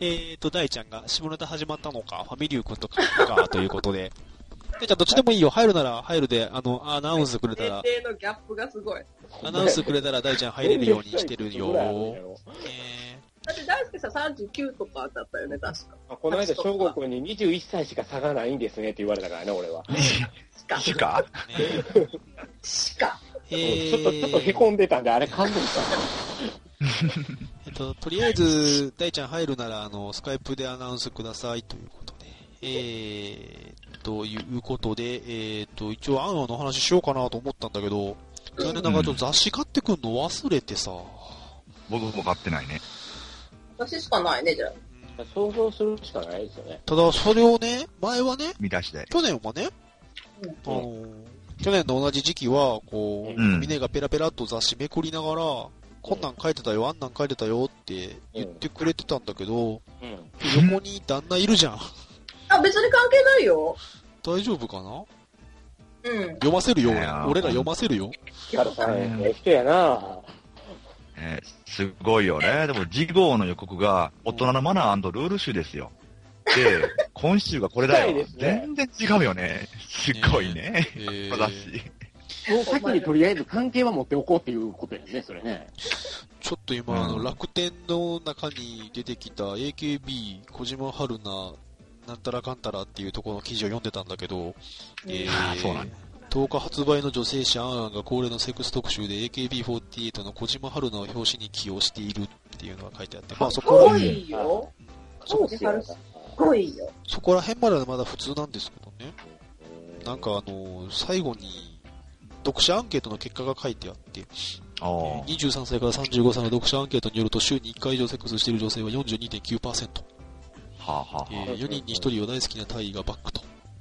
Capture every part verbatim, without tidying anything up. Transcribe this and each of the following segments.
えーと、大ちゃんが下ネタ始まったのか、ファミリュー君とかか、ということで。大ちゃんどっちでもいいよ。入るなら入るで、あの、アナウンスくれたら。 年齢のギャップがすごい。 アナウンスくれたら大ちゃん入れるようにしてるよ。えだって大輔さんさんじゅうきゅうとかだったよね、確か。 この間、翔吾君ににじゅういっさいしか差がないんですねって言われたからね、俺は。 しか。 しかー、ね、 しか。 えー、 ちょっと、ちょっと凹んでたんで、あれ感動した。 えっと、とりあえず、大ちゃん入るなら、あの、スカイプでアナウンスくださいということで。えー、ということで、えーと、一応、アンアンの話しようかなと思ったんだけど、残念ながらちょっと雑誌買ってくんの忘れてさ。 僕も買ってないね。 私しかないね、じゃあ。 想像するしかないですよね。 ただ、それをね、前はね、 見出しで。 去年はね、 うん、 あのー、去年と同じ時期は、こう、 うんミネがペラペラっと雑誌めくりながら、こんなん書いてたよ、あんなん書いてたよって言ってくれてたんだけど、 うん。 横に旦那いるじゃん。 あ、別に関係ないよ。 大丈夫かなうん。 読ませるよ、俺いやー俺ら読ませるよ。 ヒカルさん、ええ人やなえーすごいよね。でも、次号の予告が、大人のマナールール集ですよ。で、今週がこれだよ。 近いですね全然違うよね。すごいね。 えーこの雑誌。 もう先にとりあえず関係は持っておこうっていうことやね、それね。 ちょっと今、 うんあの、楽天の中に出てきた エーケービー 小島春菜なんたらかんたらっていうところの記事を読んでたんだけど、えあーそうなんだとおか発売の女性誌アンアンが恒例のセックス特集で エーケービーフォーティーエイト の小島春菜を表紙に起用しているっていうのが書いてあって、まあそすこらごいよ。 そうですよ。 すごいよ。 そこら辺まではまだ普通なんですけどね。なんかあの、最後に読者アンケートの結果が書いてあって、 あーにじゅうさんさいからさんじゅうごさいの読者アンケートによると週にいっかい以上セックスしている女性は よんじゅうにてんきゅうパーセント。 はあ、はあはえー、よにんにひとりは大好きな大意がバックと。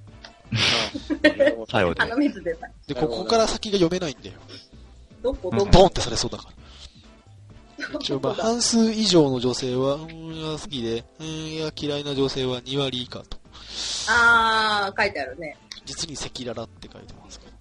あ、さようで。 鼻水出た。 で、ここから先が読めないんだよ。 どこどこ、 ボンってされそうだから。一応、まあ、半数以上の女性は、うーん、が好きで、うーん、いや、嫌いな女性はに割以下と。 あー、書いてあるね。 実に赤裸々って書いてますけど。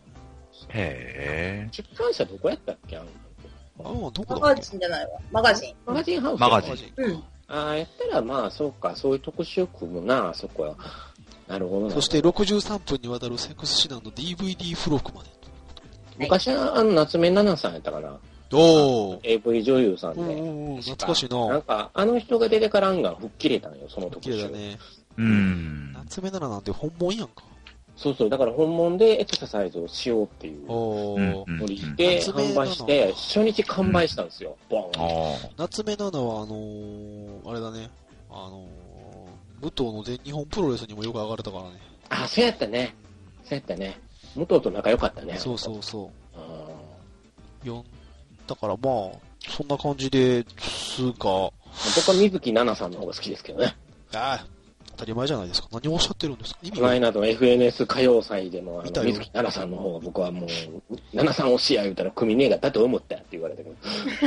へ出版社どこやったっけあのああ、どこマガだっけジンじゃないわ。マガジン。 マガジンハウス。 マガジンうん。 ああ、やったらまあ、そうか、そういう特集組むな、そこは。なるほどな。 そしてろくじゅうさんぷんにわたるセックス指南の ディーブイディー 付録まで。 昔は、あの、夏目奈々さんやったかな。 おー。 エーブイ 女優さんで。 うんうんうん、懐かしいな。 なんか、あの人が出てから案が吹っ切れたんよ、その特集。 綺麗だね。 うーん。 夏目奈々なんて本物やんか。 そうそう、だから本物でエクササイズをしようっていうおー。 うんノリで夏目販売して、初日完売したんですよ、ボあーン。 あ。 夏目奈々は、あのー、あれだね。あのー、武藤の全日本プロレスにもよく上がれたからね。 あ、そうやったね。そうやったね。武藤と仲良かったね。 そうそうそあう。よん、だからまあ、そんな感じで、つうか、 ー僕は水木奈々さんの方が好きですけどね。 ああ、当たり前じゃないですか。何をおっしゃってるんですか意味がこの間の エフエヌエス 歌謡祭でも、あの、 見たよ水木奈々さんの方が僕はもう、奈々さん推しや言うたら組ねえがだと思ったって言われたけど。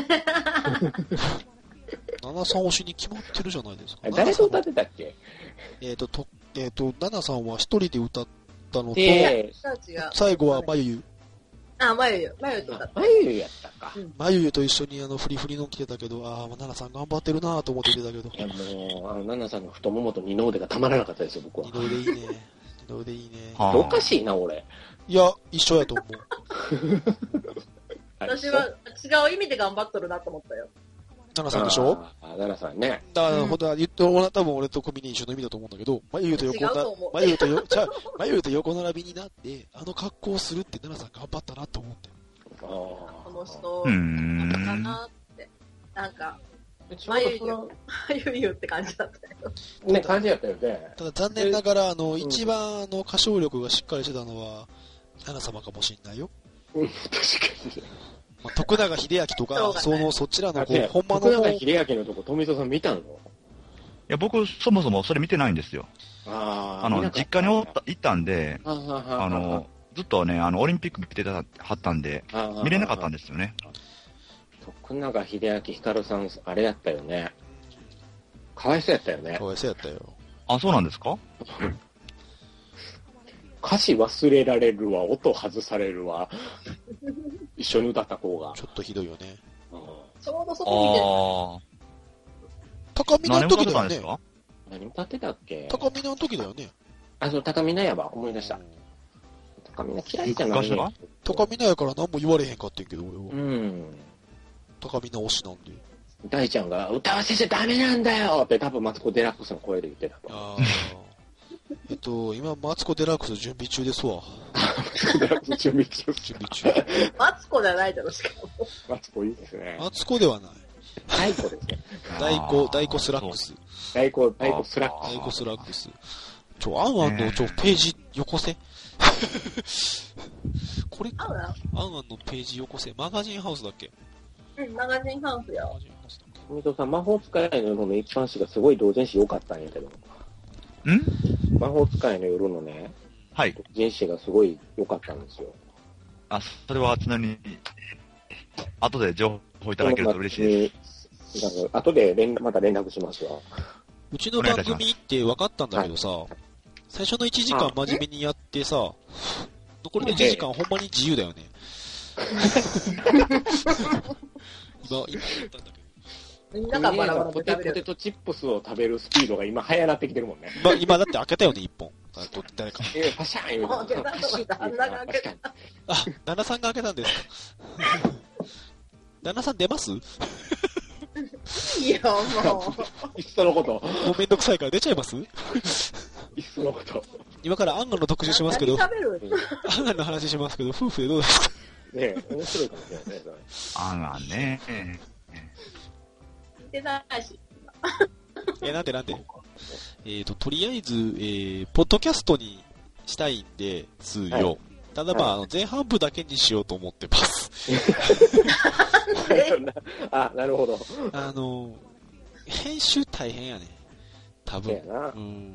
ナナさん推しに決まってるじゃないですか。 誰と歌ってたっけえっ、と、と、えっ、と、ナナさんは一人で歌ったのと、 で、 違う違う。 最後はまゆゆ。 あ、まゆゆ。まゆゆとだった。 まゆゆやったか。 まゆゆと一緒にあの、フリフリの着てたけど、ああ、ナナさん頑張ってるなぁと思って見てたけど。 いやもう、あの、奈々さんの太ももと二の腕がたまらなかったですよ、僕は二。度でいいね。二度でいいね。 はあおかしいな、俺。 いや、一緒やと思う。 私は違う意味で頑張っとるなと思ったよ。 ナナさんでしょあー、奈々さんね。 だから、 うんほんとは言ってもらった多分俺とコンビニ一緒の意味だと思うんだけど、まゆゆと横な違うと思う、 まゆゆとよ、じゃまゆゆと横並びになって、あの格好をするって奈々さん頑張ったなと思って。 あこの人、 うーなんかん。 なって。なんか、 ーまゆゆ、 ちょうどまゆゆって感じだったよ。 そのね、感じやったよね。 ただ残念ながら、あの、 ん一番あの、歌唱力がしっかりしてたのは、奈々様かもしんないよ。 うん、確かに。 まあ、徳永秀明とか、 そうだねその、そちらの、こう、 だって、 ほんまの徳方、 永秀明のとこ、富澤さん見たのいや、僕、そもそもそれ見てないんですよ。 ああの、実家におった行ったんで、 ああの、ずっとね、あの、オリンピック見てたはったんで、見れなかったんでですよね。 徳永秀明ひかるさん、あれやったよね。かわいそうやったよねか。わいそうやったよ。 あ、そうなんですか歌詞忘れられるわ、音外されるわ。一緒に歌った子が。 ちょっとひどいよね。 うんちょうどそこ見てる。 あ高見の何を時だよね。 歌ってたんですか？ 何歌ってたっけ？ 高見の時だよね。 あ、そう、高見なやば。思い出した。高見な嫌いじゃないね。 高見なやから何も言われへんかってんけど、俺は。 うん。 高見な推しなんで。 大ちゃんが、歌わせちゃダメなんだよって多分マツコ・デラックスの声で言ってたと。 ああ。えっと、今、マツコ・デラックス準備中ですわ。 マツコ・デラックス準備中。 準備中。 マツコじゃないだろ、しかも。 マツコいいですね。 マツコではない。 大子ですね。 大子、大子スラックス。 大子、大子スラックス。 大子スラックス。ちょ、アンアンの、ちょ、ページ、よこせ。これか。アンアンのページよこせ。マガジンハウスだっけ？ うん、マガジンハウスよ。 マガジンハウスだっけ？ 富戸さん、魔法使いの夜の一般誌がすごい同人誌良かったんやけど。 ん？ 魔法使いの夜のね、 はい。 同人誌がすごい良かったんですよ。 あ、それはちなみに、後で情報いただけると嬉しいです。 なんか後で連また連絡しますわ。 うちの番組って分かったんだけどさ、はい、最初のいちじかん真面目にやってさ、残りのいちじかんほんまに自由だよね。今、今言ったんだけど。 みんながバラバラでポテポテトチップスを食べるスピードが今早なってきてるもんね。 ま、今だって開けたよね、一本。誰か。 えー、パシャーン言うの。開けた、旦那が開けた。 あ、旦那さんが開けたんですか。旦那さん出ます？ いや、もう。いっそのこと。 もうめんどくさいから出ちゃいます？ いっそのこと。 今からアンガンの特集しますけど、 何食べる？ アンガンの話しますけど、夫婦でどうですか？ ねえ、面白いかもしれないね。 アンガンね。 聞いてないし。 え、なんでなんでえっと、とりあえず、えー、ポッドキャストにしたいんで、数よ。はい、ただまあ、はい、前半部だけにしようと思ってます。 あ、なるほど。 あの、編集大変やね。多分。 うん。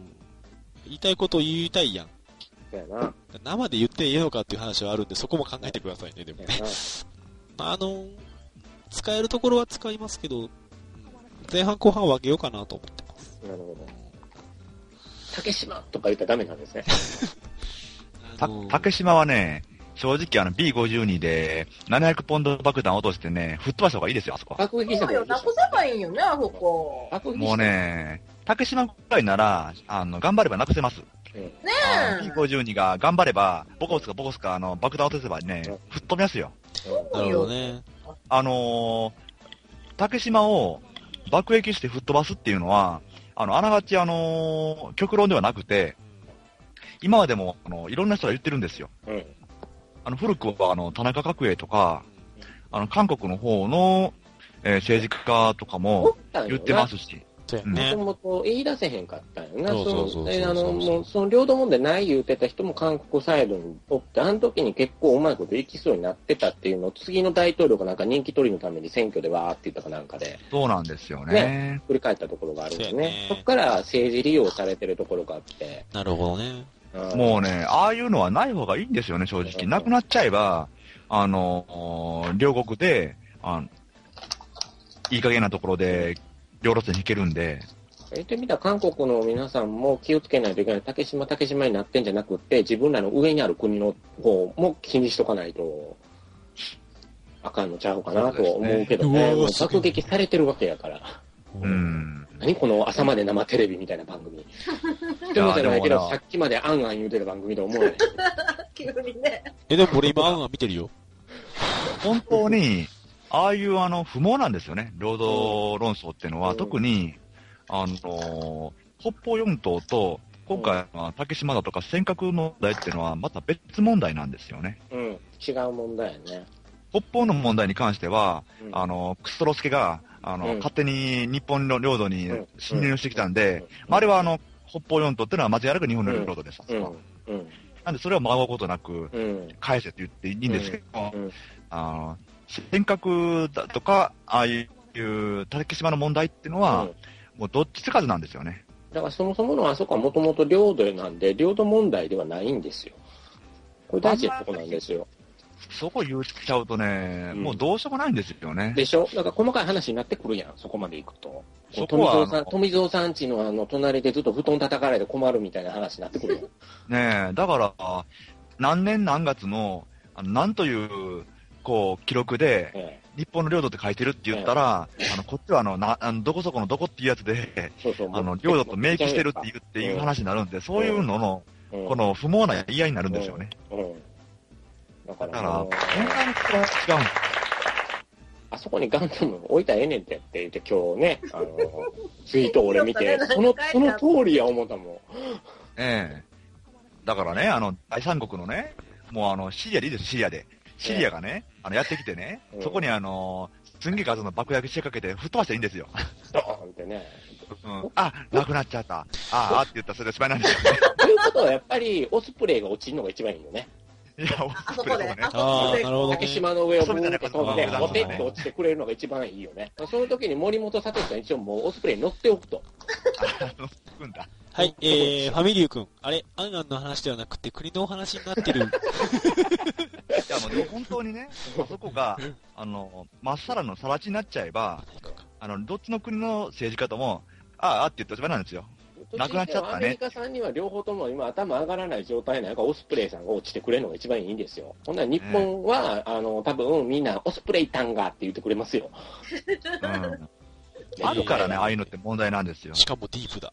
言いたいこと言いたいやん。 そうやな。 生で言っていいのかっていう話はあるんで、そこも考えてくださいね、でもね。まあ、あの、使えるところは使いますけど、前半後半分けようかなと思ってます。 なるほど。竹島とか言ったらダメなんですね。 た、竹島はね、正直あの ビーごじゅうに でななひゃくポンド爆弾落としてね、吹っ飛ばした方がいいですよ、あそこ。 爆撃した方がいい。 なくせばいいよね、あそこ。 もうね、竹島くらいなら、あの、頑張ればなくせます。 ねえ。 ビーごじゅうに が頑張れば、ボコスかボコスかあの爆弾落とせばね、吹っ飛びますよ。 なるほどね。 あのー、竹島を爆撃して吹っ飛ばすっていうのは、あの、あながちあのー、極論ではなくて、今までも、あの、いろんな人が言ってるんですよ。うん、あの、古くは、あの、田中角栄とか、あの、韓国の方の、えー、政治家とかも言ってますし。 もともと言い出せへんかったんよな。そうそうそう。あの、もう、その領土問題ない言うてた人も韓国サイドにおって、あの時に結構うまいこといきそうになってたっていうのを、次の大統領がなんか人気取りのために選挙でわーって言ったかなんかで。 そうなんですよね。 ね、振り返ったところがあるんですね。そこから政治利用されてるところがあって。 なるほどね。 もうね、ああいうのはない方がいいんですよね、正直。なくなっちゃえば、あの、両国で、あの、いい加減なところで、両路線に行けるんで。 言ってみたら韓国の皆さんも気をつけないといけない。竹島竹島になってんじゃなくって、自分らの上にある国の方も気にしとかないと、あかんのちゃうかなと思うけどね。もう爆撃されてるわけやから。 うん。 何この朝まで生テレビみたいな番組。でもじゃないけど、さっきまであんあん言うてる番組と思うね。 急にね。 え、でも俺今あんあん見てるよ。 本当に、ああいうあの、不毛なんですよね。領土論争っていうのは、うん、特に、あの、北方四島と、今回は竹島だとか尖閣問題っていうのはまた別問題なんですよね。 うん、違う問題やね。 北方の問題に関しては、うん、あの、クストロスケが、あの、うん、勝手に日本の領土に侵入してきたんで、うんうんまあ、あれはあの、北方四島っていうのは間違いなく日本の領土です。うんうんうん、なんでそれは孫うことなく、返せって言っていいんですけど、うんうん、あの、尖閣だとか、ああいう竹島の問題っていうのは、うんもうどっちつかずなんですよね。 だからそもそものあそこはもともと領土なんで、領土問題ではないんですよ。これ大事なとこなんですよ。 そこ言っちゃうとね、うん、もうどうしようもないんですよね。 でしょ？だから細かい話になってくるやん、そこまで行くと。そこは富蔵さん、富蔵さん家のあの、隣でずっと布団叩かれて困るみたいな話になってくるやん。 ねえ、だから、何年何月の、あのなんという、こう、記録で、ええ日本の領土って書いてるって言ったら、あの、こっちはあの、な、あの、どこそこのどこっていうやつで、そうそうあの、領土と明記してるっていう、っていう話になるんで、そういうのの、うん、この不毛な言い合いになるんですよね。うん。うん、だから、だから、こんなに違うんだ。 あそこにガンダム置いたらええねんってって言って今日ね、あの、ツイート俺見て、その、その通りや思ったもん。 ええ。だからね、あの、第三国のね、もうあの、シリアでいいです、シリアで。シリアがね、あの、やってきてね、うん、そこにあの、すんげえ数の爆薬仕掛けて吹っ飛ばしていいんですよ。 ドーンってね。 うん。あ、なくなっちゃった。ああ、って言ったらそれでおしまいなんですよね。 ということはやっぱり、オスプレイが落ちるのが一番いいよね。 いや、オスプレイとかね。 ああ、なるほど、ね。 竹島の上をブーって飛んで、ボテって落ちてくれるのが一番いいよね。その時に森本聡さん一応もうオスプレイに乗っておくと。 乗っておくんだ。 はい、えー、ファミリュー君。あれ、アンアンの話ではなくて国のお話になってる。いや、 もうでも本当にね、あそこが、あの、まっさらのさら地になっちゃえば、あの、どっちの国の政治家とも、ああって言っておしまいなんですよ。なくなっちゃったね。 アメリカさんには両方とも今頭上がらない状態なんかオスプレイさんが落ちてくれるのが一番いいんですよ。ほんなら日本は、えー、あの、多分みんなオスプレイタンガーって言ってくれますよ。 うん。あるからね、ああいうのって問題なんですよ。 しかもディープだ。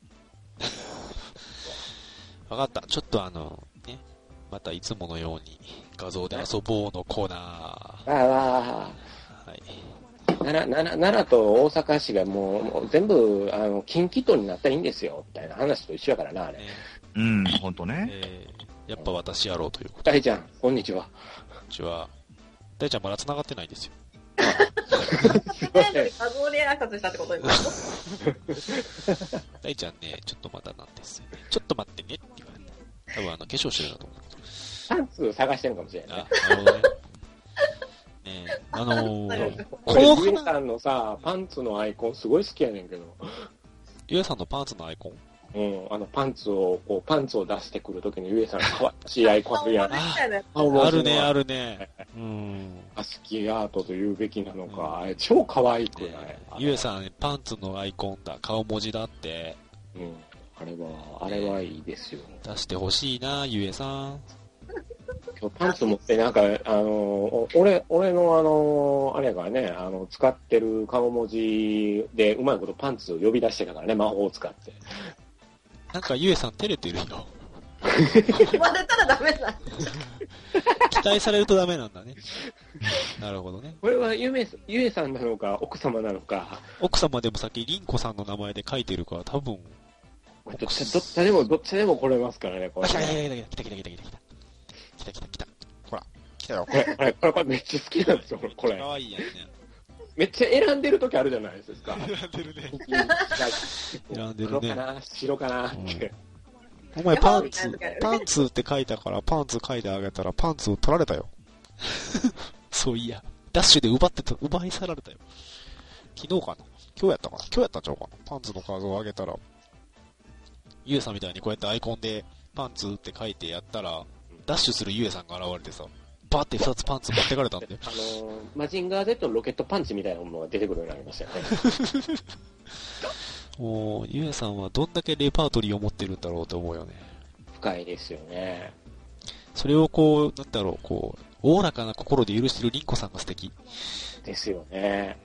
わかった。ちょっとあの、ね、またいつものように画像で遊ぼうのコーナー。ああ。 はい。奈良、奈良と大阪市がもう、もう全部、あの、近畿都になったらいいんですよ、みたいな話と一緒やからな、あれ。ね、 うん、ほんとね。 えー、やっぱ私やろうということで。 大ちゃん、こんにちは。 こんにちは。大ちゃんまだ繋がってないんですよ。 すいません。画像で挨拶したってことですか？ 大ちゃんね、ちょっとまだなんですよね。ちょっと待ってねって言われた。多分あの、化粧してるんだと思う。 パンツ探してるかもしれない、ね。 あ、なるほどね。ねえ、あのー、 このゆえさんのさ、パンツのアイコンすごい好きやねんけど。 ゆえさんのパンツのアイコン？ うん、あのパンツを、こう、パンツを出してくるときにゆえさんの可愛らしいアイコンあるやん。 あるね、あるね。うん。 アスキーアートと言うべきなのか、うん、あれ超可愛くない、ね、 ゆえさん、パンツのアイコンだ、顔文字だって。 うん。あれは、あれはいいですよ。 出してほしいな、ゆえさん。 今日パンツ持ってなんか、あの、俺、俺のあの、あれやからね、あの、使ってる顔文字でうまいことパンツを呼び出してたからね、魔法を使って。 なんかゆえさん照れてるよ。 言われたらダメだ。 期待されるとダメなんだね。なるほどね。 これはゆめ、ゆえさんなのか、奥様なのか。 奥様でもさっきりんこさんの名前で書いてるから多分。 どっち、どっちでも、どっちでも来れますからね、これ。 来た来た来た来た来た来た来た来た。来た来た来た。ほら、来たよ。 これ、これ、これめっちゃ好きなんですよ、これ。 かわいいやんね。 めっちゃ選んでる時あるじゃないですか。 選んでるね。選んでるね。 黒かな、白かなって。 うん、お前パンツ、パンツって書いたからパンツ書いてあげたらパンツを取られたよ。そういや。ダッシュで奪ってた、奪い去られたよ。昨日かな今日やったかな今日やったんちゃうかなパンツの画像を上げたら、ゆえさんみたいにこうやってアイコンでパンツって書いてやったら、ダッシュするゆえさんが現れてさ、バーって二つパンツ持ってかれたんで。 あのー、マジンガー Z のロケットパンチみたいなものが出てくるようになりましたよね。 もう、ゆえさんはどんだけレパートリーを持ってるんだろうと思うよね。 深いですよね。 それをこう、なんだろう、こう、おおらかな心で許してるりんこさんが素敵。 ですよね。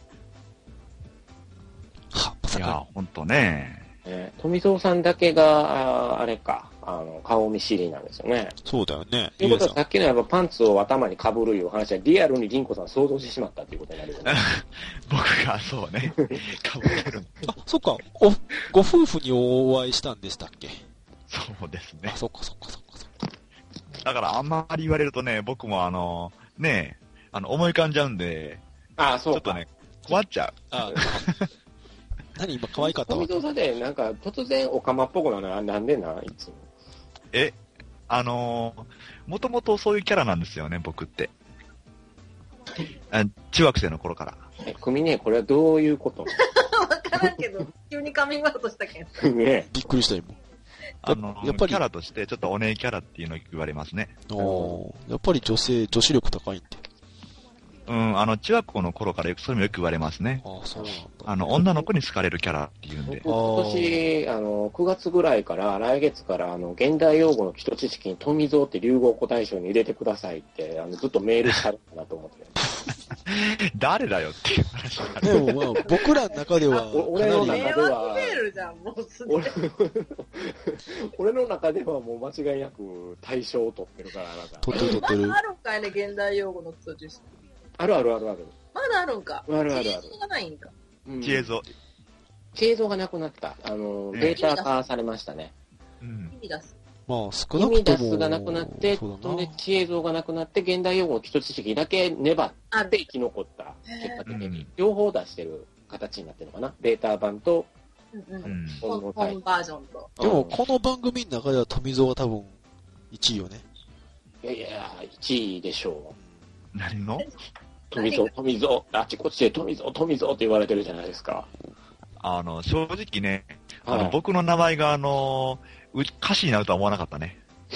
は、まさか。 いや、ほんとね。 ね、富蔵さんだけが、あれか、あの、顔見知りなんですよね。 そうだよね。 ということはさっきのやっぱパンツを頭に被るいう話はリアルに凛子さん想像してしまったということになるよね。 僕がそうね、被ってる。 あ、そっか、お、ご夫婦にお会いしたんでしたっけ？ そうですね。 あ、そっかそっかそっかそっか。 だからあんまり言われるとね、僕もあの、ねえ、あの、思い浮かんじゃうんで、 あ、そうか。 ちょっとね、困っちゃう。 あ何今可愛かったわ。 富蔵さんで、なんか突然オカマっぽくなるのはなんでな、いつも。 え、あのー、もともとそういうキャラなんですよね、僕って。あ中学生の頃から。 え、組ね、これはどういうことわからんけど、急にカミングアウトしたけん。 ねびっくりした今。 あのー、やっぱりキャラとしてちょっとお姉キャラっていうのを言われますね。 おやっぱり女性、女子力高いんで。 うん、あの、中学校の頃からよく、それもよく言われますね。 ああ、そうなんだ。 あの、女の子に好かれるキャラっていうんで。 今年、あの、くがつぐらいから、来月から、あの、現代用語の基礎知識に富蔵って流行語大賞に入れてくださいって、あの、ずっとメールしたかなと思って。 誰だよっていう話があでる。 もまあ、僕らの中では、 お俺の中迷では惑メールじゃん、もうすでに。 俺俺の中ではもう間違いなく対象を取ってるから、あなた。 撮ってる撮ってるま。だあるんかいね、現代用語の通知室。 あるあるあるある。 まだあるんか。 あるあるある地図がないんか。 うん地映像。 地映像がなくなった。あの、 ええデータ化されましたね。 うん意味出す。 まあ、少意なくとも。 味出すがなくなって、 そうだそんでな。 地映像がなくなって、現代用語の一知識だけ粘っある。 て生き残った。 へー結果的にうん。 両方出してる形になってるのかな。データ版とうんう。 うんん。 本本バージョンと。 でも、 うんこの番組の中では富蔵が多分、いちいよね。 いやいや、いちいでしょう。 何の富蔵、富蔵、あっちこっちで富蔵、富蔵って言われてるじゃないですか。 あの、正直ね、あの、 はい僕の名前があの、う歌詞になるとは思わなかったね。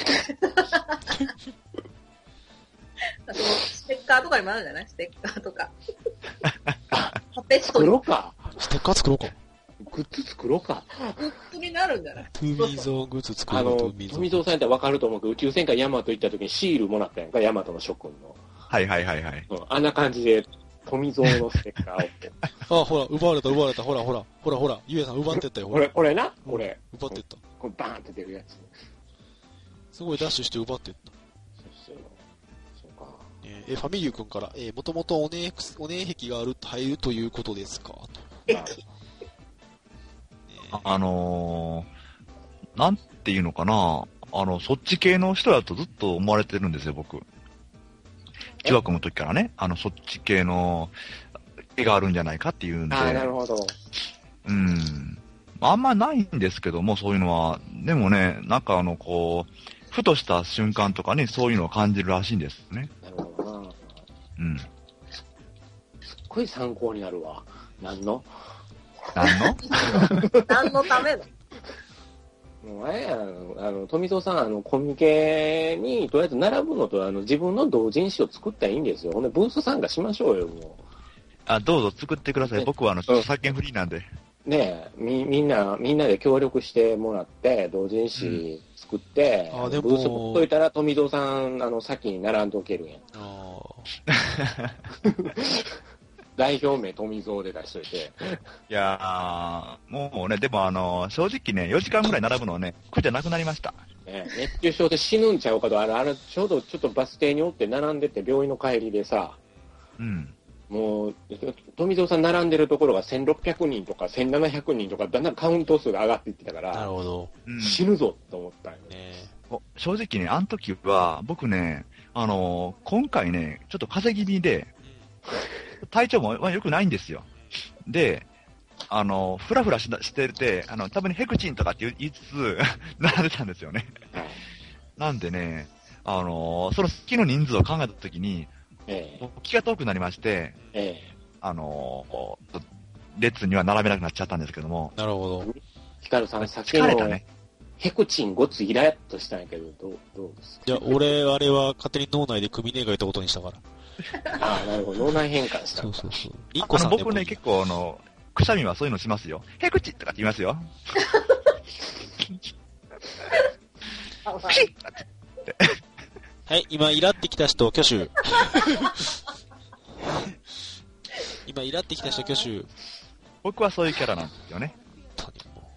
あと、ステッカーとかにもあるんじゃないステッカーとか。パペットに作ろうか。 ステッカー作ろうか。 グッズ作ろうか。 グッズになるんじゃないトゥーミーゾーングッズ作あろうか、トのゥーミー、ゾーン。 富蔵さんやったら分かると思うけど、宇宙戦艦ヤマト行った時にシールもらったやんか、ヤマトの諸君の。 はいはいはいはい。 うん、あんな感じで、富蔵のステッカーを。 あ、ほら、奪われた、奪われた、ほらほら、ほらほら、ゆえさん奪ってったよ、ほら。 これ、これな、これ。 奪ってった。 これバーンって出るやつ。 すごいダッシュして奪ってった。 そうそう。そうか。 えーえーファミリュー君から、えー、もともとおねおね壁がある、入るということですかと。 駅。 まあえーあのー、なんていうのかな、あの、そっち系の人だとずっと思われてるんですよ、僕。中学の時からね、あの、そっち系の絵があるんじゃないかっていうんで。 ああ、なるほど。 うん。あんまないんですけども、そういうのは。でもね、なんかあの、こう、ふとした瞬間とかにそういうのを感じるらしいんですね。 なるほどな。 うん。 すっごい参考になるわ。何のなんの何のためのもうあれやあの、富蔵さん、あの、コミケに、とりあえず並ぶのと、あの、自分の同人誌を作ったらいいんですよ。ほんで、ブース参加しましょうよ、もあ、どうぞ作ってください。僕はあの、 うん著作権フリーなんで。 う。ねえ、み、みんな、みんなで協力してもらって、同人誌作って、 うんあでもブースほっといたら、富蔵さん、あの、先に並んどけるやん。 あ代表名富蔵で出しといて。 いやー、もうね、でもあの、正直ね、よじかんぐらい並ぶのはね、苦じゃなくなりました。 ね、熱中症で死ぬんちゃうかと、あれ、あれ、ちょうどちょっとバス停におって並んでて、病院の帰りでさ、 うん。 もう、富蔵さん並んでるところがせんろっぴゃくにんとかせんななひゃくにんとか、だんだんカウント数が上がっていってたかあ、なるら、 ほど。 うん、 死ぬぞと思ったよ。 ねお正直ね、あの時は、僕ね、あのー今回ね、ちょっと風邪気味で、体調もまあ良くないんですよ。で、あのーふらふらししてて、あの、たまにヘクチンとかって言いつつ、並んでたんですよね。 はい。 なんでね、あのーその月の人数を考えた時に、 えもう気が遠くなりまして、 え、えあのー列には並べなくなっちゃったんですけども、 なるほど。 え。ヒカルさん、さっきの疲れたね。 ヘクチンごつイラッとしたんやけど、どう、どうですか？ いや、俺、あれは勝手に脳内で組ね描いたことにしたから。 ああ、なるほど。脳内変換したそんだ。 うそうそう。リンあのコさんでも僕ね、結構あの、くしゃみはそういうのしますよ。ヘクチとかって言いますよ。 あピッはい、今、イラってきた人、挙手。今、イラってきた人、挙手。 僕はそういうキャラなんですよね。 本当にも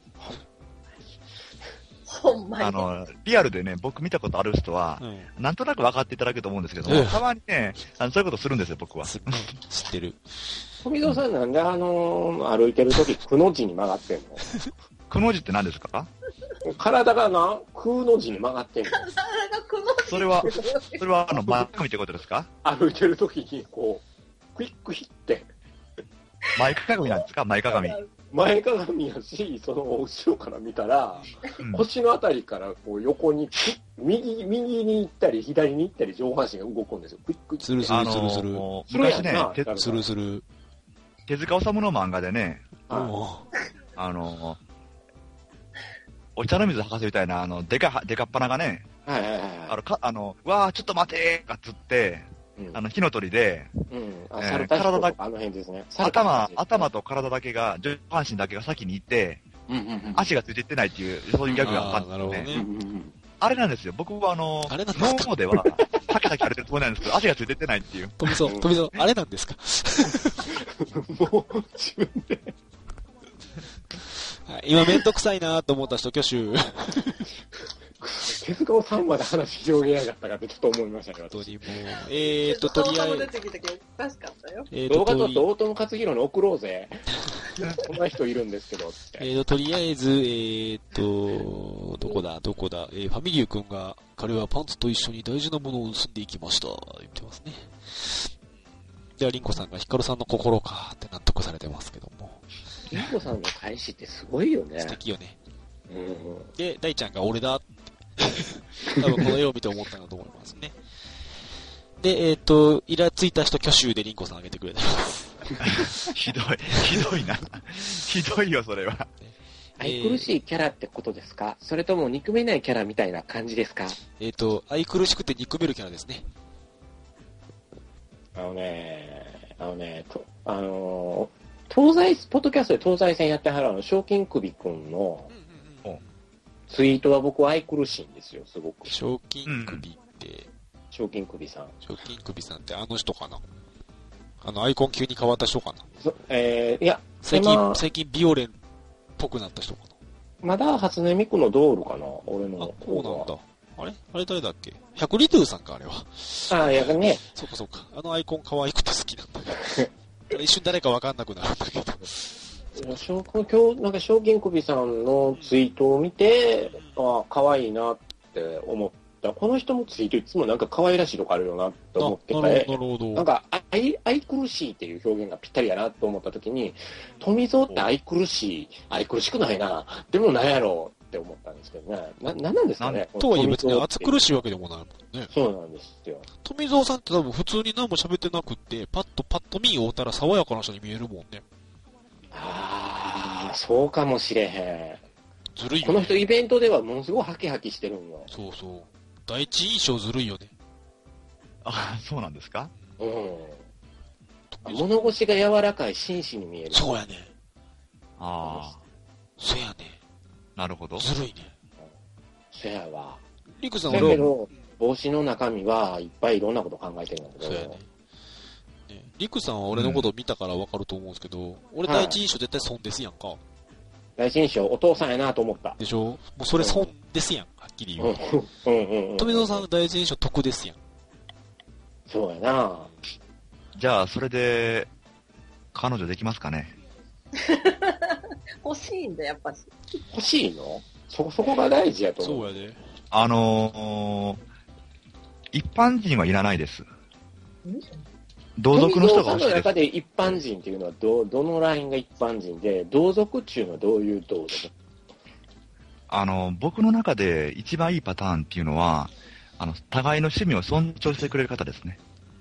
ほんまに。 あの、リアルでね、僕見たことある人はう、うん。 なんとなく分かっていただけると思うんですけども、 うんたまにね、あのそういうことするんですよ、僕は。 す知ってる。 富蔵さんなんであのー歩いてるとき、くの字に曲がってんの？ くの字って何ですか？ 体がな、空の字に曲がってんの。 体がくの字それは、それはあの、前髪ってことですか？ 歩いてるときに、こう、クイックヒって、 前かがみなんですか？前かがみ。 前かがみやし、その後ろから見たら、 うん腰のあたりからこう横に、右、右に行ったり、左に行ったり、上半身が動くんですよ。クイックするすあるするする。 のするやんな昔ね、てするする。 手塚治虫の漫画でね、 はいもあの、お茶の水博士みたいな、あの、でか、でかっぱながね、 はいはいはいあの、か、あの、わー、ちょっと待てーがつって、 うんあの、火の鳥で、 うん。あ、 えーサルタヒコと体かあの辺ですね。 頭、頭と体だけが、上半身だけが先に行って、 うんうんうん。 足がついていってないっていう、そういうギャグがあったんですよね。 あーなるほどねうんうんうん。 あれなんですよ。僕はあの、 あれなんですか脳では、タキタキされてるつもりなんですけど、足がついてってないっていう。 富蔵、富蔵、あれなんですかもう、自分で。 はい、今めんどくさいなと思った人、挙手。 手塚をさんまで話広げやがったかってちょっと思いましたね、 本当にもう。えーと、とりあえず。 出てきたけど、おかしかったよ。 えー動画撮って大友克洋に送ろうぜ。こんな人いるんですけど、つって。 えーと、とりあえず、えーと、どこだ、どこだ、えー、ファミリュー君が、彼はパンツと一緒に大事なものを盗んでいきました。言ってますね。では、リンコさんがヒカルさんの心かって納得されてますけども。 リンコさんの返しってすごいよね。 素敵よね。 うん、 で、大ちゃんが俺だって。多分この絵を見て思ったんだと思いますね。で、えっ、ー、と、イラついた人挙手でリンコさんあげてくれてます。 ひどい、ひどいな。ひどいよ、それは。 愛くるしいキャラってことですか？それとも憎めないキャラみたいな感じですか？ えっ、ー、と、愛くるしくて憎めるキャラですね。 あのね、あのね、とあのー、東西、ポッドキャストで東西戦やってはるあの、賞金首くんの、うんうんうん、ツイートは僕は愛くるしいんですよ、すごく。 賞金首って、 賞金首さん。 賞金首さんってあの人かな？あの、アイコン急に変わった人かな？ えー、いや、 最近、最近ビオレンっぽくなった人かな？ まだ初音ミクのドールかな、俺の。 あ、そうなんだ。あれあれ誰だっけ？百里ドゥさんか、あれは。 ああ、いやね。 そうかそうか。あのアイコン可愛くて好きなんだけど。一瞬誰かわかんなくなるんだけど。 今日、なんか、賞金首さんのツイートを見て、ああ、可愛いなって思った。この人もツイートいつもなんか可愛らしいとこあるよなって思ってて、 なるほど。 なんか愛、愛くるしいっていう表現がぴったりやなと思った時に、富蔵って愛くるしい、愛くるしくないな、でもなんやろうって思ったんですけどね。な、なんなんですかね。 とはいえ別に暑苦しいわけでもないもんね。 そうなんですよ。 富蔵さんって多分普通に何も喋ってなくって、パッとパッと見を追ったら爽やかな人に見えるもんね。 ああ、そうかもしれへん。 ずるいよね。 この人イベントではものすごいハキハキしてるんよ。 そうそう。第一印象ずるいよね。 ああ、そうなんですか？ うん。物腰が柔らかい紳士に見える。 そうやね。 ああ。 そやね。 なるほど。 ずるいね。 そやわ。 リクさんだけど、帽子の中身はいっぱいいろんなこと考えてるんだけど。 そうやね。ね、リクさんは俺のことを見たから分かると思うんですけど、うん、俺第一印象絶対損ですやんか。はい、 第一印象、お父さんやなと思った。 でしょ？もうそれ損ですやん、はっきり言う。 うんうんうんうん。 富蔵さんの第一印象得ですやん。 そうやな。 じゃあ、それで、彼女できますかね？ 欲しいんだ、やっぱし。 欲しいの？そ、そこが大事やと思う。 そうやで。 あのー、一般人はいらないです。同族の人が欲しいです。富蔵さんの中で一般人っていうのはど、どのラインが一般人で、同族っていうのはどういう同族？ あの、僕の中で一番いいパターンっていうのは、あの、互いの趣味を尊重してくれる方ですね。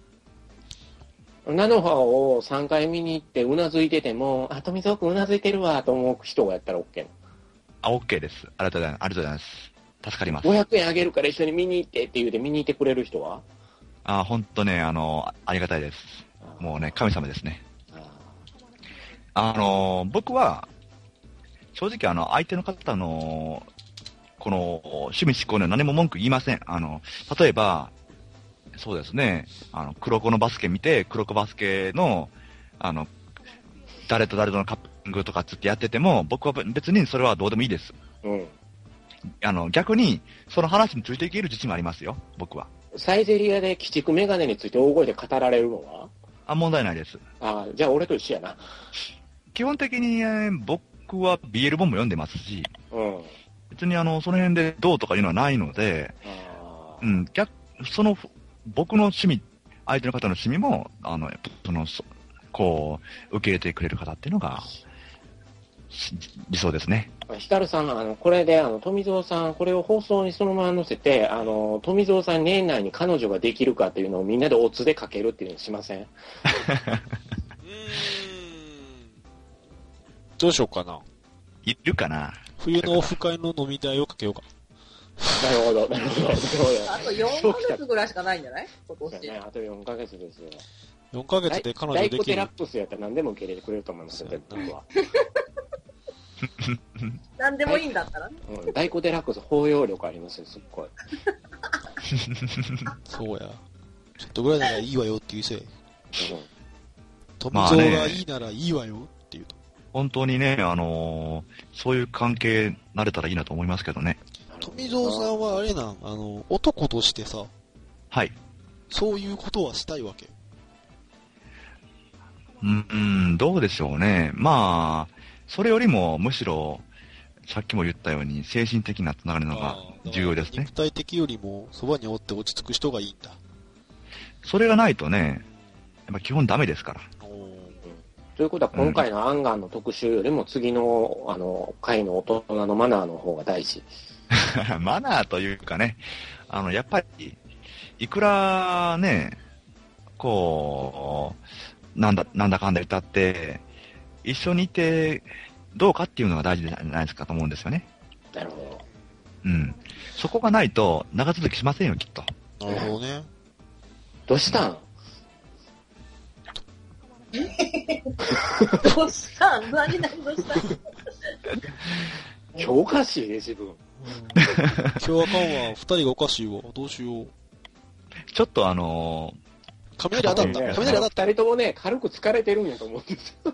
菜の葉をさんかい見に行ってうなずいてても、あ、富蔵くんうなずいてるわと思う人がやったら OK なの？ あ、OK です。ありがとうございます。ありがとうございます。助かります。 ごひゃくえんあげるから一緒に見に行ってって言うて見に行ってくれる人は？ あ、ほんとね、あの、ありがたいです。もうね、神様ですね。あの、僕は、正直あの、相手の方の、この、趣味思考には何も文句言いません。あの、例えば、そうですね、あの、黒子のバスケ見て、黒子バスケの、あの、誰と誰とのカップリングとかつってやってても、僕は別にそれはどうでもいいです。 うん。 あの、逆に、その話についていける自信もありますよ、僕は。 サイゼリアで鬼畜メガネについて大声で語られるのは？ あ、問題ないです。 あ、じゃあ俺と一緒やな。 基本的に、えー、僕は ビーエル 本も読んでますし、 うん。 別にあの、その辺でどうとかいうのはないので、うん、逆、その、僕の趣味、相手の方の趣味も、あの、その、こう、受け入れてくれる方っていうのが、理想ですね。 ヒカルさん、あの、これで、あの、富蔵さん、これを放送にそのまま載せて、あの、富蔵さん年内に彼女ができるかっていうのをみんなでオツでかけるっていうのしません？うーん。 どうしようかな。 いるかな？ 冬のオフ会の飲み代をかけようか。 なるほど、なるほど。 あとよんかげつぐらいしかないんじゃない？今年。 ね、あとよんかげつですよ。 よんかげつで彼女できる。 ダイコテラップスやったら何でも受け入れてくれると思いますよ、僕は。 何でもいいんだったらね。 うん、大工デラックス包容力ありますよ、すっごい。 そうや。ちょっとぐらいならいいわよって言うせい。 うん、 富蔵がいいならいいわよって言うと。 本当にね、あのー、そういう関係なれたらいいなと思いますけどね。 富蔵さんはあれなん、あの、男としてさ、 はい。 そういうことはしたいわけ。 うん、うん、どうでしょうね。まあ、それよりもむしろ、さっきも言ったように精神的なつながりのが重要ですね。 肉体的よりもそばにおって落ち着く人がいいんだ。 それがないとね、やっぱ基本ダメですから。 ということは、今回のアンガンの特集よりも次の、あの、回の大人のマナーの方が大事。 マナーというかね、あの、やっぱり、いくらね、こう、なんだ、なんだかんだ言ったって、一緒にいて、どうかっていうのが大事じゃないですかと思うんですよね。 なるほど。 うん。そこがないと、長続きしませんよ、きっと。 なるほどね。 どうしたんどうしたん何何どうしたん今日おかしいね、自分。 うん、今日あかんわ。二人がおかしいわ。どうしよう。 ちょっとあのー、雷当たった。 ね、 雷当たった。 二人ともね、軽く疲れてるんやと思うんですよ。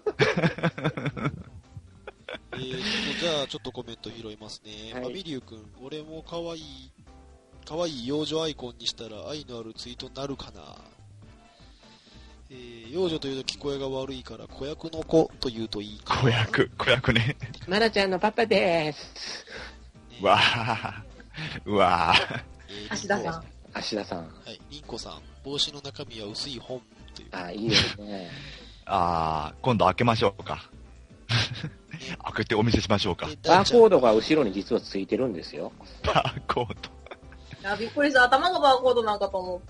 えー、じゃあちょっとコメント拾いますね。 はい、 ファミリュー君、俺も可愛い、可愛い幼女アイコンにしたら愛のあるツイートになるかな。えー、幼女というと聞こえが悪いから子役の子と言うといいかな。 子役、子役ね。 まなちゃんのパパでーす。 ね、 うわぁ、うわぁ。 えー、芦田さん。 芦田さん。 はい、りんこさん、帽子の中身は薄い本という。 あ、いいですね。 あー、今度開けましょうか。開けてお見せしましょうか。 バーコードが後ろに実はついてるんですよ。 バーコード。 いや、びっくりした。頭がバーコードなんかと思った。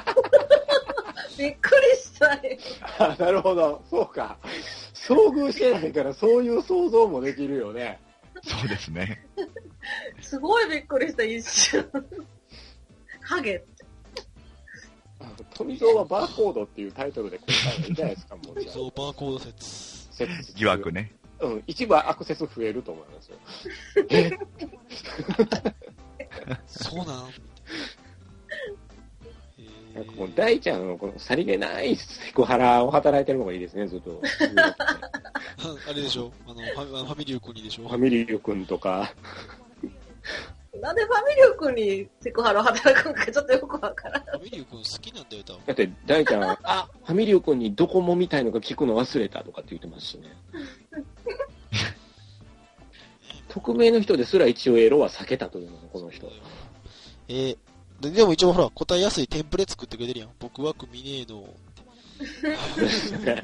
びっくりしたね。 あ、なるほど。そうか。遭遇してないからそういう想像もできるよね。 そうですね。 すごいびっくりした、一瞬。影って。 富蔵はバーコードっていうタイトルで答えばいいんじゃないですか、もう。 富蔵バーコード説。 説疑惑ね。 うん、一部アクセス増えると思いますよ。えそうなんなんかもう大ちゃんのこのさりげないセクハラを働いてるのがいいですね、ずっと。 あれでしょあのファ、ファミリュー君にでしょファミリー君とか。 なんでファミリュー君にセクハラを働くのかちょっとよくわからん。 ファミリュー君好きなんだよ、多分。 だって大ちゃん、あ、ファミリー君にドコモみたいのが聞くの忘れたとかって言ってますしね。匿名の人ですら一応エロは避けたというのがこの人。 えーで, でも一応ほら、答えやすいテンプレ作ってくれてるやん。僕は組ねえの。ね、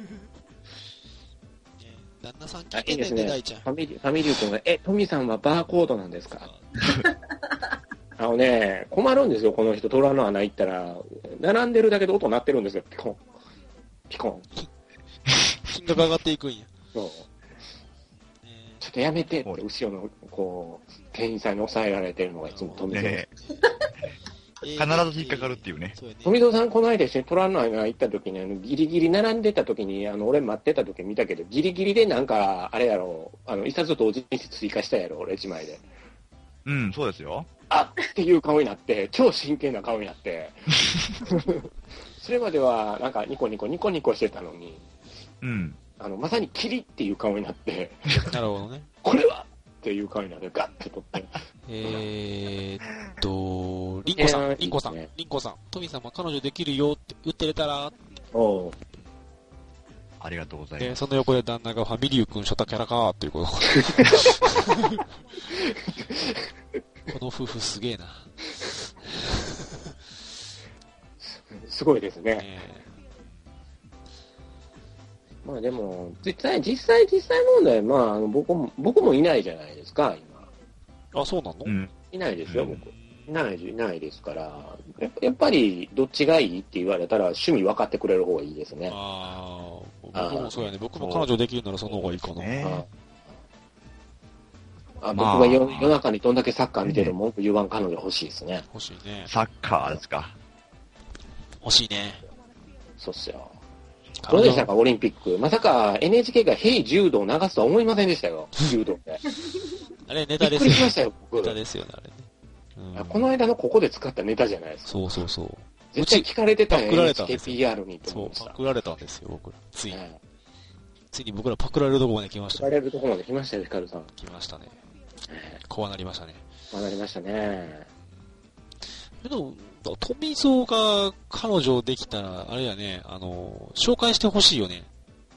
旦那さん聞いてんねんね、大ちゃん。 ファミリー、ファミリー君が、え、トミさんはバーコードなんですかあのね、困るんですよ、この人。虎の穴行ったら、並んでるだけで音鳴ってるんですよ、ピコン。ピコン。 金額上がっていくんや。 そう。ちょっとやめてって、後ろの、こう、店員さんに抑えられてるのがいつも富蔵。 ね必ず引っかかるっていうね。 富蔵さん、この間一緒に虎の穴行った時に、あの、ギリギリ並んでた時に、あの、俺待ってた時見たけど、ギリギリでなんか、あれやろ、あの、一冊同時に追加したやろ、俺一枚で。 うん、そうですよ。 あっていう顔になって、超真剣な顔になって、それまでは、なんか、ニコニコ、ニコニコしてたのに、 うん。 あの、まさにキリっていう顔になって、 なるほどね。 これはっていう顔になって、ガッて取って。 えーっと、リンコさん、リンコさん、リンコさん、トミさんも彼女できるよって言ってれたら、 おうありがとうございで、 ます。 その横で旦那がファミリュー君初太キャラかーっていうこと。この夫婦すげえな。 すごいですね。 えまあでも、実際、実際、実際問題、まあ、あの僕も、僕もいないじゃないですか、今。 ー、あ、そうなの、 うん。 いないですよ、 うん僕。いない、いないですから、ややっぱり、どっちがいいって言われたら、趣味分かってくれる方がいいですね。 ああ、僕もそうやね。僕も彼女できるならその方がいいかな。 ねああ、 まあ僕が夜夜中にどんだけサッカー見てる文句言わん彼女欲しいですね。 欲しいね。 サッカーですか。 欲しいね。 そうっすよ。 どうでしたか、オリンピック。まさか エヌエイチケー がヘイ柔道を流すとは思いませんでしたよ、柔道で。 あれネタですよ。 びっくりしましたよ、僕。 ネタですよね、あれね。 うん、この間のここで使ったネタじゃないですか。 そうそうそう。 絶対聞かれてたよ、 パクられたんですエヌエイチケーピーアール にとそう、 思ってた。 パクられたんですよ、僕ら。ついに。 はい、 ついに僕らパクられるとこまで来ました、 パクられるとこまで来ましたよ、ヒカルさん。 来ましたね。こうなりましたね。 こうなりましたね。 でも、富蔵が彼女できたら、あれやね、あの、紹介してほしいよね。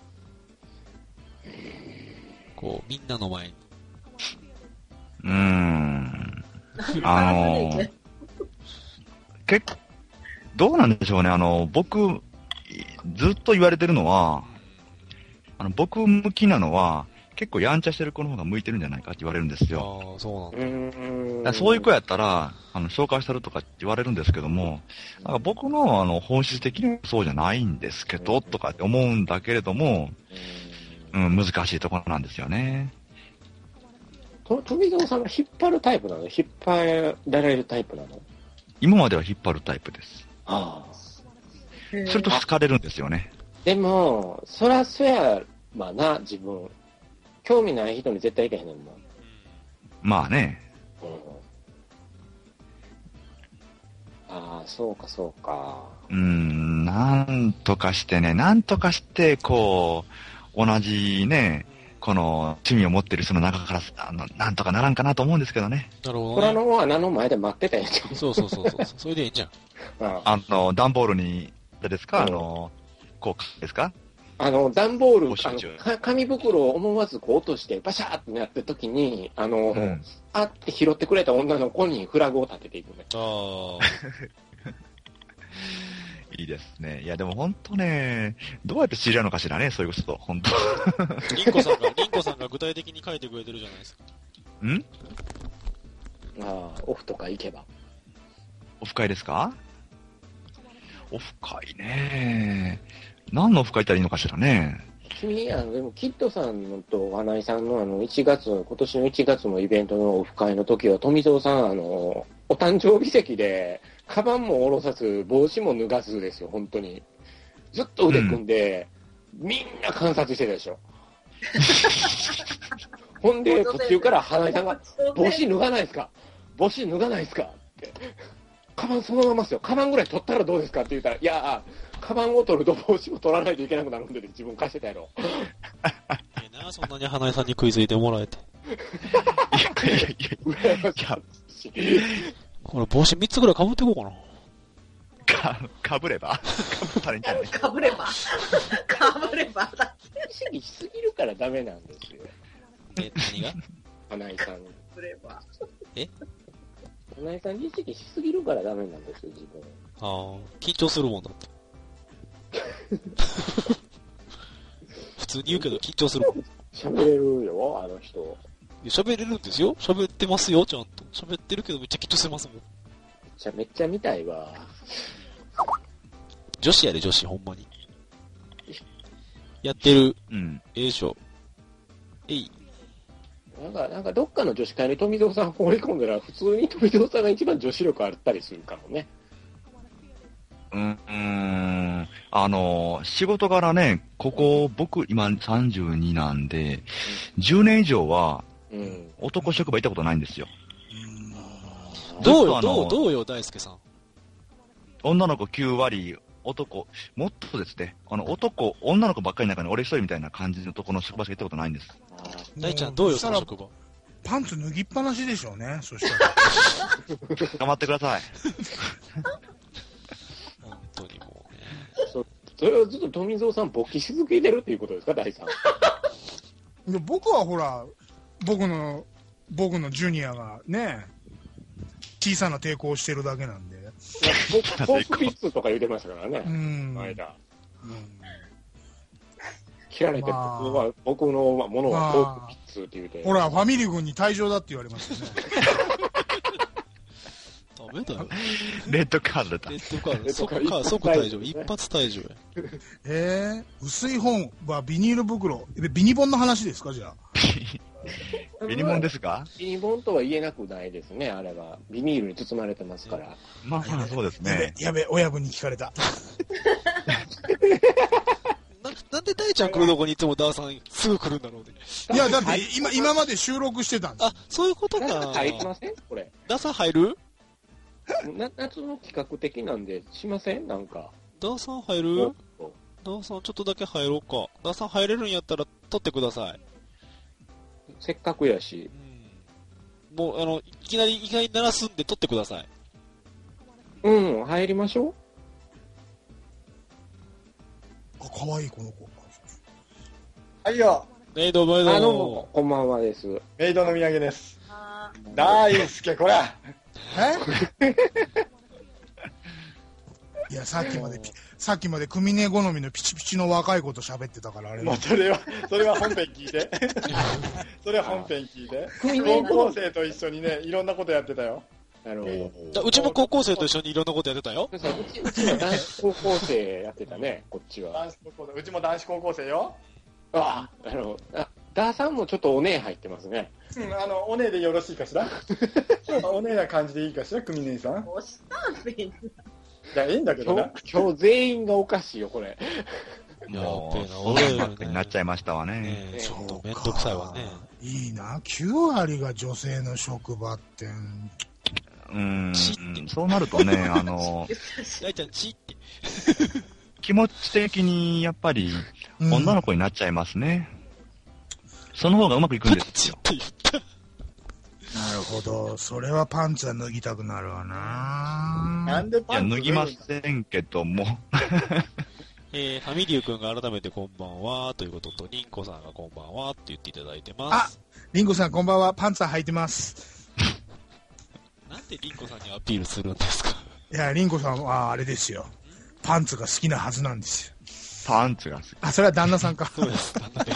こう、みんなの前に。 うーん。あのー、結構、どうなんでしょうね。あの、僕、ずっと言われてるのは、あの、僕向きなのは、結構やんちゃしてる子の方が向いてるんじゃないかって言われるんですよ。 ああ、そうなんだ。 そういう子やったら、あの、紹介したるとかって言われるんですけども、なんか僕の、あの、本質的にはそうじゃないんですけど、とかって思うんだけれども、うん、難しいところなんですよね。 と富蔵さんは引っ張るタイプなの？引っ張られるタイプなの？ 今までは引っ張るタイプです。 ああ。 それと好かれるんですよね。 でも、そらそやまあな、自分。興味ない人に絶対いけへんねんもん。 まあね。 うん、ああ、そうかそうか。 うーん、なんとかしてね、なんとかして、こう、同じね、この趣味を持ってる人の中から、あの、なんとかならんかなと思うんですけどね。 なるほど、ね。 虎の穴の前で待ってたやつ。 そうそうそうそう。それでいいんじゃん。 ああの、段ボールに、あれですか、うん、あの、こう、ですかあの、段ボール、あの、紙袋を思わずこう落として、バシャーってなった時に、あの、うん、あって拾ってくれた女の子にフラグを立てていくね。 ああ。 いいですね。いや、でも本当ね、どうやって知り合うのかしらね、そういうこと、本当。 リンコさんが、リンコさんが具体的に書いてくれてるじゃないですか。 んああ、オフとか行けば。 オフ会ですか？オフ会ね。何のオフ会行ったらいいのかしらね。 君、あの、でも、キッドさんと花井さんのあの、いちがつ、今年のいちがつのイベントのオフ会の時は、富蔵さん、あの、お誕生日席で、カバンも下ろさず、帽子も脱がずですよ、本当に。ずっと腕組んで、うん、みんな観察してたでしょ。ほんで、途中から花井さんが、帽子脱がないですか？帽子脱がないですか？って。カバンそのままですよ。カバンぐらい取ったらどうですかって言ったら、いやカバンを取ると帽子も取らないといけなくなるんで、自分貸してたやろ。 ええな、そんなに花江さんに食いついてもらえて。 いやいやいや、羨ましい。 これ帽子みっつぐらい被っていこうかな。 か、かぶればかぶったらいいんじゃないかぶればかぶればだ。 意識しすぎるからダメなんですよ。 え、何が花井さん。かぶれば。 え花井さん意識しすぎるからダメなんですよ、自分。 ああ、緊張するもんだって。普通に言うけど緊張するもん。 喋れるよ、あの人。 喋れるんですよ。喋ってますよ、ちゃんと。喋ってるけどめっちゃ緊張してますもん。 めっちゃめっちゃ見たいわ。 女子やで、女子、ほんまに。やってる。 うん。 ええでしょ。えい。 なんか、なんかどっかの女子会に富蔵さん放り込んだら、普通に富蔵さんが一番女子力あったりするかもね。 うん、うーん。あの、仕事柄ね、ここ、僕今さんじゅうになんで、うん、じゅうねん以上は、うん、男職場行ったことないんですよ。 どうよ、どう、どうよ、大輔さん。 女の子きゅうわり、男、もっとですね、あの、男、女の子ばっかりの中に俺一人みたいな感じのところの職場しか行ったことないんです。 大ちゃん、どうよ、その職場。 パンツ脱ぎっぱなしでしょうね、そしたら。 頑張ってください。 本当にもうね。 そ, それをずっと富蔵さん勃起し続けてるっていうことですか、大さん。 いや僕はほら、僕の、僕のジュニアがね、小さな抵抗をしてるだけなんで。 ポークピッツとか言ってましたからね。 うん。 間。うん。切られて、まあ、僕は、僕のものはポークピッツって言うて。 ほら、ファミリー軍に退場だって言われましたね。 ダメだよ。 レッドカードだった。 レッドカード。即か、即退場。一発退場や。 えー、薄い本はビニール袋。ビニ本の話ですか、じゃあ。 ビニ本ですか？ ビニ本とは言えなくないですね、あれは。ビニールに包まれてますから。 まあ、そうですね。 やべ、やべ、親分に聞かれた。 なんで大ちゃん来るとこにいつもダーさんすぐ来るんだろうね。 いや、だって今、今まで収録してたんですよ。 あ、そういうことか。 入りませんこれ。 ダーさん入るな夏の企画的なんで、しませんなんか。 ダーさん入るダーさんちょっとだけ入ろうか。ダーさん入れるんやったら撮ってください。 せっかくやし。 うん、もう、あの、いきなり、いきなり鳴らすんで撮ってください。 うん、入りましょう。 あ、かわいい、この子。 はいよ。 メイド、メイド。 あの、こんばんはです。 メイドの土産です。 あ大輔、こら。 えいや、さっきまでピ、さっきまで組ね好みのピチピチの若い子と喋ってたから、あれもうそれは、それは本編聞いて。それは本編聞いて。高校生と一緒にね、いろんなことやってたよ。 なるほど。うちも高校生と一緒にいろんなことやってたよ。 うち、うちは男子高校生やってたね、こっちは。 男子高校生、うちも男子高校生よ。 ああ、なるほど。あ、ダーさんもちょっとお姉入ってますね。 うん、あの、お姉でよろしいかしらお姉な感じでいいかしら、組姉さん。 押したんみんな。 いや、いいんだけど今な。 日、今日全員がおかしいよ、これ。 もう、 やっべえなそんなばっかりになっちゃいましたわね。 ねえ、ちょっとめんどくさいわね。 いいな、きゅう割が女性の職場って。 うん、そうなるとね、あの、 大ちゃん、チって。 気持ち的にやっぱり女の子になっちゃいますね。うん、その方がうまくいくんですよ。 って言った。 なるほど。それはパンツは脱ぎたくなるわな。 なんでパンツいや、脱ぎませんけども。 えー、ファミリュー君が改めてこんばんはということと、リンコさんがこんばんはって言っていただいてます。 あ、リンコさんこんばんは。パンツは履いてます。 なんでリンコさんにアピールするんですか？ いや、リンコさんはあれですよ。パンツが好きなはずなんですよ。 パンツが好き。 あ、それは旦那さんか。 そうです、旦那です。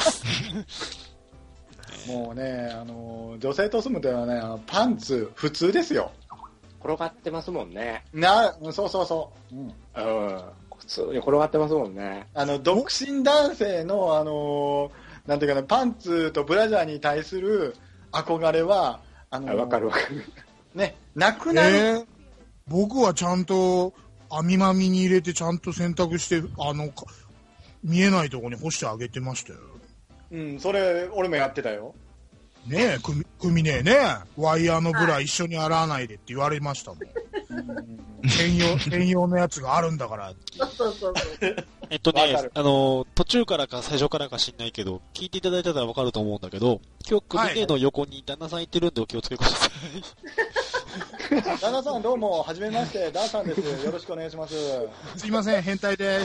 もうね、あの、女性と住むとはね、あのパンツ普通ですよ。 転がってますもんね。 な、そうそうそう。うん。 うん。普通に転がってますもんね。 あの、独身男性の、あの、なんていうかな、パンツとブラジャーに対する憧れは、あの、 わかるわかる。 ね、なくなる。 えー、僕はちゃんと、網まみに入れてちゃんと洗濯して、あの、見えないところに干してあげてましたよ。 うん、それ、俺もやってたよ。 ねえ、くみ、くみねえね。ワイヤーのブラ一緒に洗わないでって言われましたもん。専用、専用のやつがあるんだから。 そうそうそうそう。 えっとね、あの、途中からか最初からか知んないけど、聞いていただいたらわかると思うんだけど、今日、クミネの横に旦那さん行ってるんでお気をつけください。 旦那さんどうも、はじめまして、ダーさんです。よろしくお願いします。 すいません、変態です。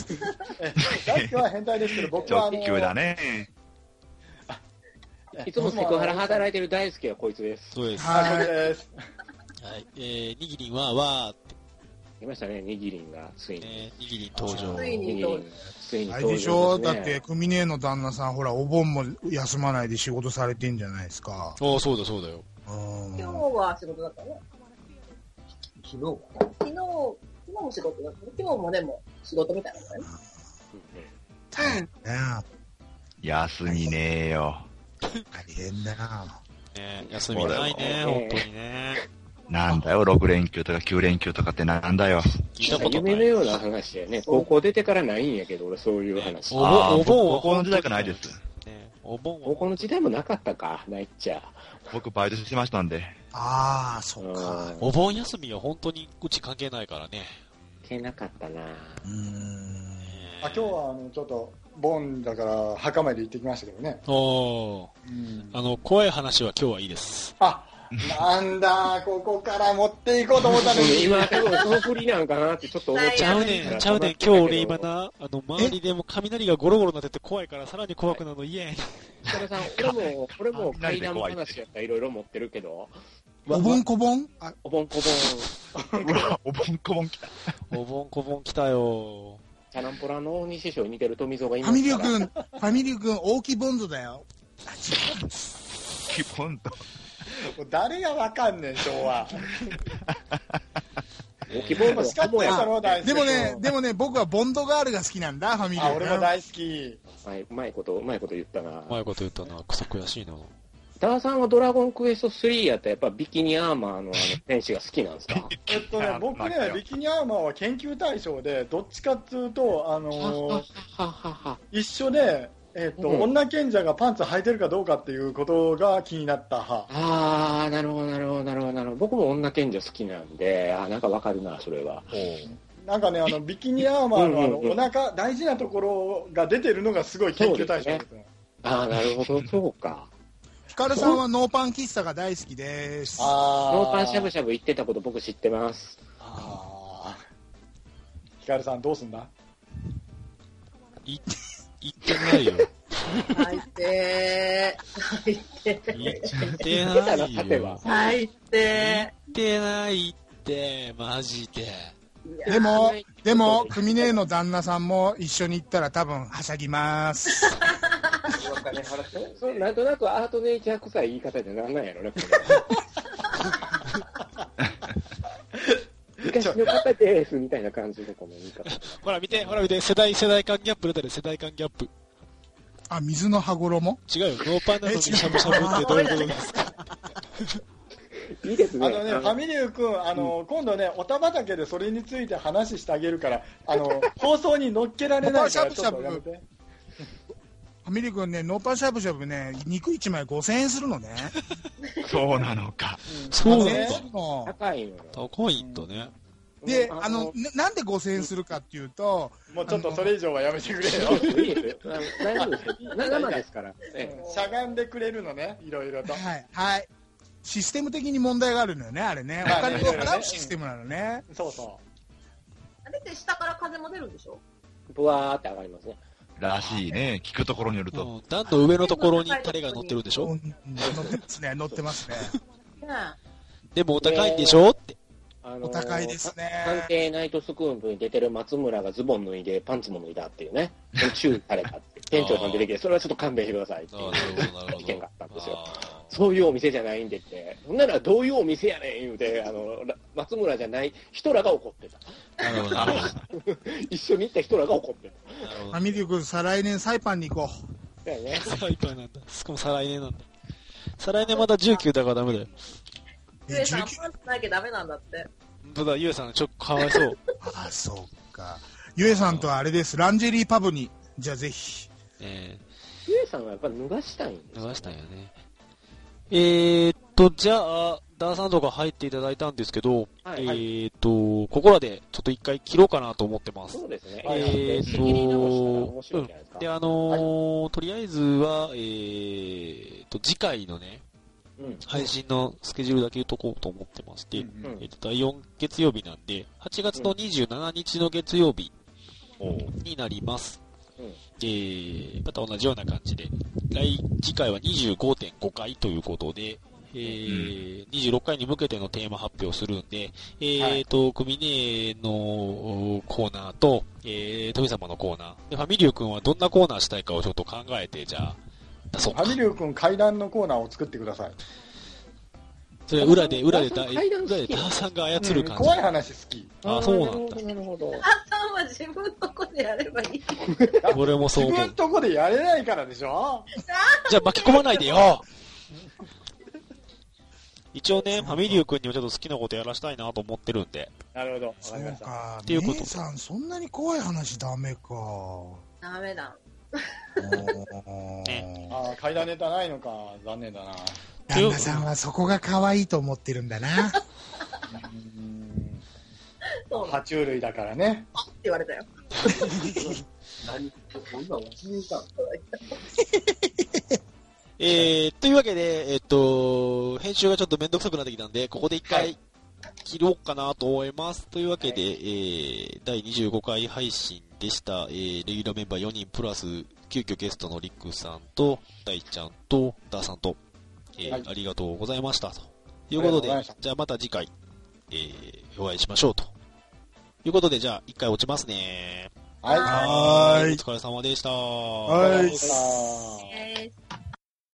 え、大輝は変態ですけど、僕はあの、 直球だね。 いつもセクハラ働いてる大好きはこいつです。 そうです。 はい、そうです。 はい。えー、にぎりんは、わーって。 いましたね、にぎりんが、ついに。 ね、にぎりん登場。 ついに登場。 ついにあれ登場、ね。 でしょ、だって、クミネの旦那さん、ほら、お盆も休まないで仕事されてんじゃないですか。 ああ、そうだそうだよ。 今日は仕事だったね。 昨日昨日、昨日も仕事だったね。今日もでも仕事みたいなのね。 大変だ。 休みねえよ。 大変だな。 ね、休みないね、本当にね。 なんだよ、ろく連休とかきゅう連休とかってなんだよ。 聞いたことない。 夢のような話やね。高校出てからないんやけど、俺そういう話。 お盆、お盆は高校の時代がないです。 ね、お盆は。 高校の時代もなかったか、ないっちゃ。 僕バイトしてましたんで。 ああ、そっか。 お盆休みは本当にうち関係ないからね。 関係なかったな。 うーん。 あ、今日はあのちょっと盆だから墓まで行ってきましたけどね。 おー。うん、あの、怖い話は今日はいいです。 あ、なんだ、ここから持っていこうと思ったのに。 今、多分その振りなんかなってちょっと思っちゃうねん、ちゃうねん、今日俺今な、あの、周りでも雷がゴロゴロなってて怖いから、さらに怖くなるの嫌やねん。 北田さん、俺も、俺も階段の話やったらいろいろ持ってるけど。 おぼんこぼんあ、おぼんこぼん。 うわ、おぼんこぼん来た。 おぼんこぼん来たよ。 チャランポラの大西師匠に似てる富蔵がいますファから。 ミリュー君、ファミリュー君、大木ボンドだよ。 大木ボンド。 誰がわかんねん、昭和。 大木ボンド叱ってたろ、大好き。 でもね、でもね、僕はボンドガールが好きなんだ、ファミリューあ、 君。 俺も大好き。 はい、うまいこと、うまいこと言ったな。 うまいこと言ったな、クソ悔しいな。 ダーさんはドラゴンクエストスリーやったらやっぱビキニアーマーのあの戦士が好きなんですか？ えっとね、僕ね、ビキニアーマーは研究対象で、どっちかっつうと、あのー、一緒で、えっと、うん、女賢者がパンツ履いてるかどうかっていうことが気になった派。 あー、なるほど、なるほど、なるほど、なるほど。僕も女賢者好きなんで、あ、なんかわかるな、それは。 なんかね、あの、ビキニアーマーのあの、お腹、大事なところが出てるのがすごい研究対象ですね。 あー、なるほど、そうか。 ヒカルさんはノーパン喫茶が大好きです。 あノーパンしゃぶしゃぶ行ってたこと僕知ってます。 あヒカルさんどうすんだ？ い行ってないよ。 最低。最低。 行ってないよ。 最低。 行ってないって、マジで。 でも、でも、クミネーの旦那さんも一緒に行ったら多分はしゃぎます。 そなんとなくアートネイチャー臭い言い方でなんなんやろね、これ。昔の方ですみたいな感じのこの言い方。 ほら見て、ほら見て、世代、世代間ギャップ出たで、世代間ギャップ。 あ、水の羽衣？ 違うよ、ノーパンなのにしゃぶしゃぶってどういうことですか？ いいですね。 あのね、ファミリュー君、あの、うん、今度ね、おた畑でそれについて話してあげるから、あの、放送に乗っけられないから、ちょっとやめて。 ファミリー君ね、ノーパンしゃぶしゃぶね、肉いちまいごせんえんするのね。 そうなのか。 そうなの高いのよ。 高いんだね。 で、あの、な、なんでごせんえんするかっていうと、 もうちょっとそれ以上はやめてくれよ。 大丈夫ですよ。生ですから。 しゃがんでくれるのね、いろいろと。 はい、はい。システム的に問題があるのよね、あれね。お金を払うシステムなのね。 そうそう。 あれって下から風も出るんでしょ？ ブワーって上がりますね。 らしいね。聞くところによると。 段の上のところにタレが乗ってるんでしょ？ 乗ってますね、乗ってますね。 でもお高いんでしょって。 あのー、 お高いですね。 探偵ナイトスクープに出てる松村がズボン脱いでパンツも脱いだっていうね。注意されたって。店長さん出てきて、それはちょっと勘弁してくださいっていう意見があったんですよ。そういうお店じゃないんでって。そんならどういうお店やねん言うて、あの、松村じゃない人らが怒ってた。 なるほど、なるほど。 一緒に行った人らが怒ってた。ファミリー君、再来年サイパンに行こう。だよね。 サイパンなんだ。しかも再来年なんだ。再来年またじゅうきゅうだからダメだよ。 ゆえさん、パンツなきゃダメなんだって。 本当だ、ゆえさん、ちょっとかわいそう。 ああ、そうか。ゆえさんとはあれです、ランジェリーパブに、じゃあぜひ。 えー、ゆえさんはやっぱ脱がしたいんです脱がしたいよね。えーっと、じゃあ、ダーさんとか入っていただいたんですけど、はいはい、えーっと、ここらでちょっと一回切ろうかなと思ってます。 そうですね。 えーっと、うん。で、あのーはい、とりあえずは、えーっと、次回のね、うん、配信のスケジュールだけ言っとこうと思ってまして、うんうん、えー、とだいよん月曜日なんで、はちがつのにじゅうしちにちの月曜日になります。うん、えー、また同じような感じで、来次回は にじゅうごてんごかいということで、えーうん、にじゅうろっかいに向けてのテーマ発表をするんで、えーと、はい、クミネのコーナーと、えー、富様のコーナーで、ファミリュー君はどんなコーナーしたいかをちょっと考えて、じゃあ、 ファミリュー君階段のコーナーを作ってください。 それは裏で、裏で、裏で、裏でダーさんが操る感じ。 うん、怖い話好き。 あ、そうなんだ。 なるほど。 ダーさんは自分のとこでやればいい。 俺もそう思う。 自分のとこでやれないからでしょ？ じゃあ巻き込まないでよ。一応ね、ファミリュー君にもちょっと好きなことやらしたいなと思ってるんで。 なるほど。わかりました。そうか。 っていうこと。 姉さん、そんなに怖い話ダメか。 ダメだ。 ね、ああ、階段ネタないのか。残念だな。 旦那さんはそこが可愛いと思ってるんだな。 うん、爬虫類だからね。 あって言われたよ。 何今忘れた。 えー、というわけで、えっと、編集がちょっとめんどくさくなってきたんで、ここで一回切ろうかなと思います。はい、というわけで、はい、えー、だいにじゅうごかい配信でした、えー、レギュラーメンバーよにんプラス、急遽ゲストのリックさんと、大ちゃんと、ダーさんと、えーはい、ありがとうございました。ということで、じゃあまた次回、えー、お会いしましょうと。いうことで、じゃあ一回落ちますね。 はい。 はい。 お疲れ様でした。 はい。 はい。